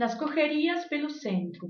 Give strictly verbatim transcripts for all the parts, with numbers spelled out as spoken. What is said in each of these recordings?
nas correrias pelo centro.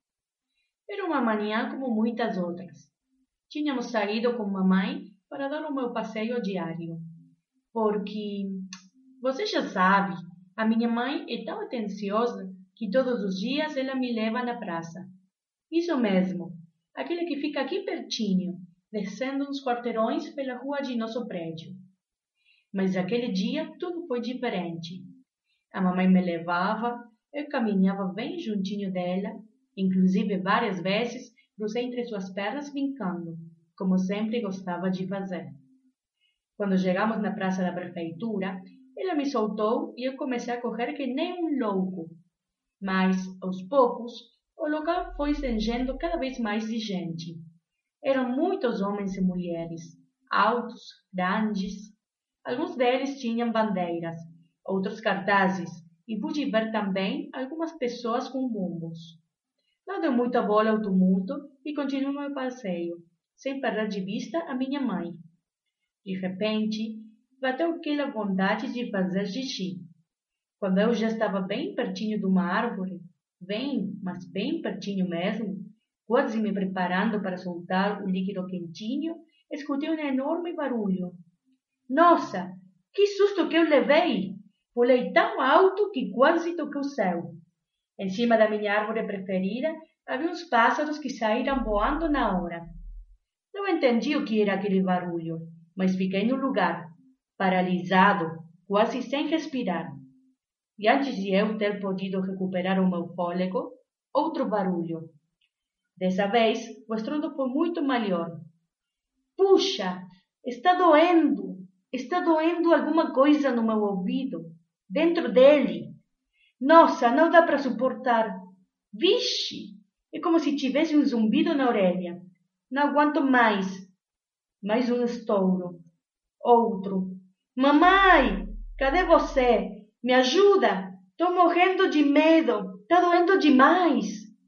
Era uma manhã como muitas outras. Tínhamos saído com mamãe para dar o meu passeio diário, porque, você já sabe, a minha mãe é tão atenciosa que todos os dias ela me leva na praça. Isso mesmo, aquele que fica aqui pertinho, descendo uns quarteirões pela rua de nosso prédio. Mas aquele dia tudo foi diferente. A mamãe me levava, eu caminhava bem juntinho dela, inclusive várias vezes cruzei entre suas pernas brincando, como sempre gostava de fazer. Quando chegamos na praça da prefeitura, ela me soltou e eu comecei a correr que nem um louco. Mas, aos poucos, o local foi se enchendo cada vez mais de gente. Eram muitos homens e mulheres, altos, grandes. Alguns deles tinham bandeiras, outros cartazes, e pude ver também algumas pessoas com bumbos. Não deu muita bola ao tumulto e continuei meu passeio, sem perder de vista a minha mãe. De repente, bateu aquela vontade de fazer xixi. Quando eu já estava bem pertinho de uma árvore, bem, mas bem pertinho mesmo, quase me preparando para soltar o líquido quentinho, escutei um enorme barulho. Nossa, que susto que eu levei! Pulei tão alto que quase toquei o céu. Em cima da minha árvore preferida havia uns pássaros que saíram voando na hora. Não entendi o que era aquele barulho, mas fiquei no lugar, paralisado, quase sem respirar. E antes de eu ter podido recuperar o meu fôlego, outro barulho. Dessa vez, o estrondo foi muito maior. Puxa, está doendo! Está doendo alguma coisa no meu ouvido, dentro dele. Nossa, não dá para suportar. Vixe! É como se tivesse um zumbido na orelha. Não aguento mais. Mais um estouro. Outro. Mamãe, cadê você? Me ajuda! Estou morrendo de medo. Está doendo demais.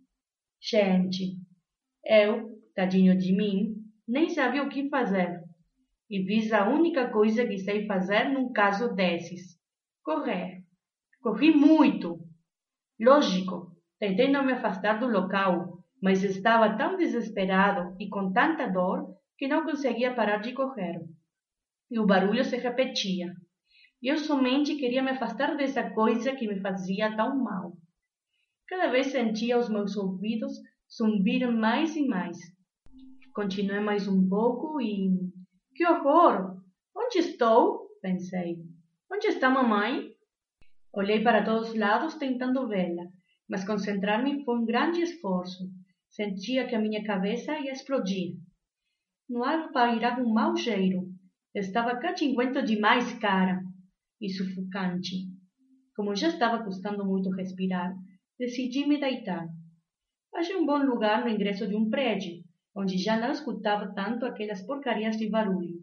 Gente, eu, tadinho de mim, nem sabia o que fazer. E fiz a única coisa que sei fazer num caso desses. Correr. Corri muito. Lógico, tentei não me afastar do local, mas estava tão desesperado e com tanta dor que não conseguia parar de correr. E o barulho se repetia. E eu somente queria me afastar dessa coisa que me fazia tão mal. Cada vez sentia os meus ouvidos zumbirem mais e mais. Continuei mais um pouco e... Que horror! Onde estou? Pensei. Onde está mamãe? Olhei para todos os lados tentando vê-la, mas concentrar-me foi um grande esforço. Sentia que a minha cabeça ia explodir. No ar pairava um mau cheiro. Estava catinguento demais, cara, e sufocante. Como já estava custando muito respirar, decidi me deitar. Achei um bom lugar no ingresso de um prédio, onde já não escutava tanto aquelas porcarias de barulho.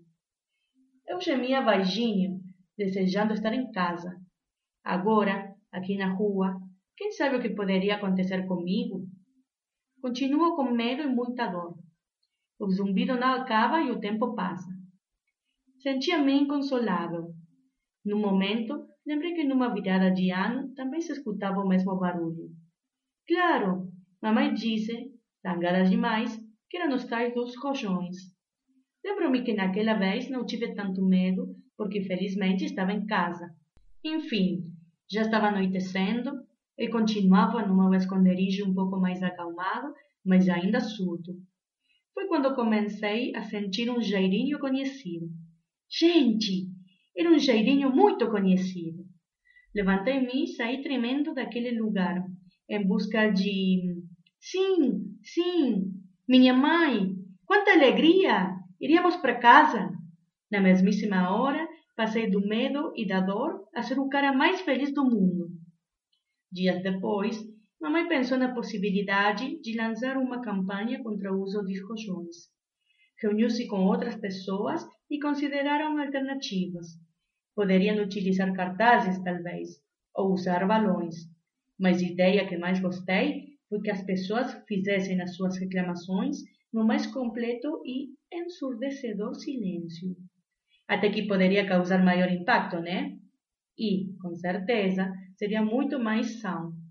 Eu gemia baixinho, desejando estar em casa. Agora, aqui na rua, quem sabe o que poderia acontecer comigo? Continuo com medo e muita dor. O zumbido não acaba e o tempo passa. Sentia-me inconsolável. No momento, lembrei que numa virada de ano também se escutava o mesmo barulho. Claro, mamãe disse, zangada demais, que era nos tais dos rojões. Lembro-me que naquela vez não tive tanto medo, porque felizmente estava em casa. Enfim, já estava anoitecendo e continuava no meu esconderijo um pouco mais acalmado, mas ainda surdo. Foi quando comecei a sentir um cheirinho conhecido. Gente, era um cheirinho muito conhecido. Levantei-me e saí tremendo daquele lugar, em busca de... Sim, sim, minha mãe! Quanta alegria! Iríamos para casa. Na mesmíssima hora, passei do medo e da dor a ser o cara mais feliz do mundo. Dias depois, mamãe pensou na possibilidade de lançar uma campanha contra o uso de rojões. Reuniu-se com outras pessoas e consideraram alternativas. Poderiam utilizar cartazes, talvez, ou usar balões. Mas a ideia que mais gostei foi que as pessoas fizessem as suas reclamações no mais completo e ensurdecedor silêncio. Até que poderia causar maior impacto, né? E, com certeza, seria muito mais são.